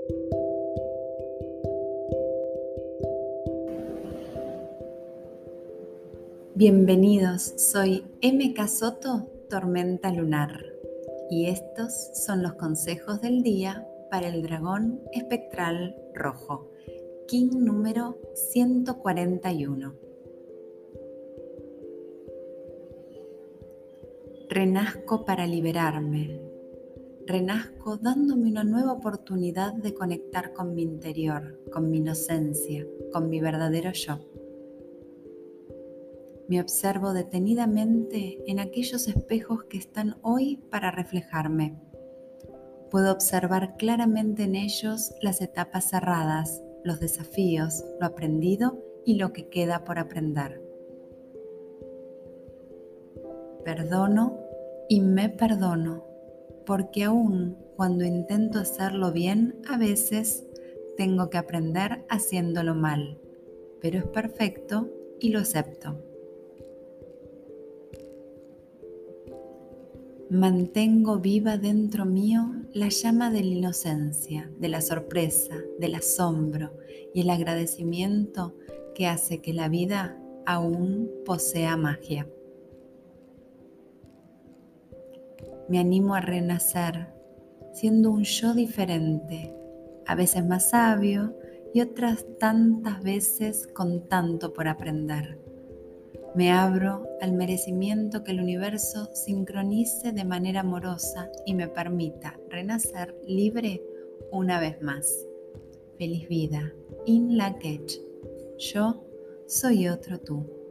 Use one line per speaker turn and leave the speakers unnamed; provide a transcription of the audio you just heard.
Bienvenidos, soy MK Soto, Tormenta Lunar, y estos son los consejos del día para el dragón espectral rojo, King número 141. Renazco para liberarme. Renazco dándome una nueva oportunidad de conectar con mi interior, con mi inocencia, con mi verdadero yo. Me observo detenidamente en aquellos espejos que están hoy para reflejarme. Puedo observar claramente en ellos las etapas cerradas, los desafíos, lo aprendido y lo que queda por aprender. Perdono y me perdono, porque aun cuando intento hacerlo bien, a veces tengo que aprender haciéndolo mal, pero es perfecto y lo acepto. Mantengo viva dentro mío la llama de la inocencia, de la sorpresa, del asombro y el agradecimiento que hace que la vida aún posea magia. Me animo a renacer, siendo un yo diferente, a veces más sabio y otras tantas veces con tanto por aprender. Me abro al merecimiento que el universo sincronice de manera amorosa y me permita renacer libre una vez más. Feliz vida, In Lak'ech. Yo soy otro tú.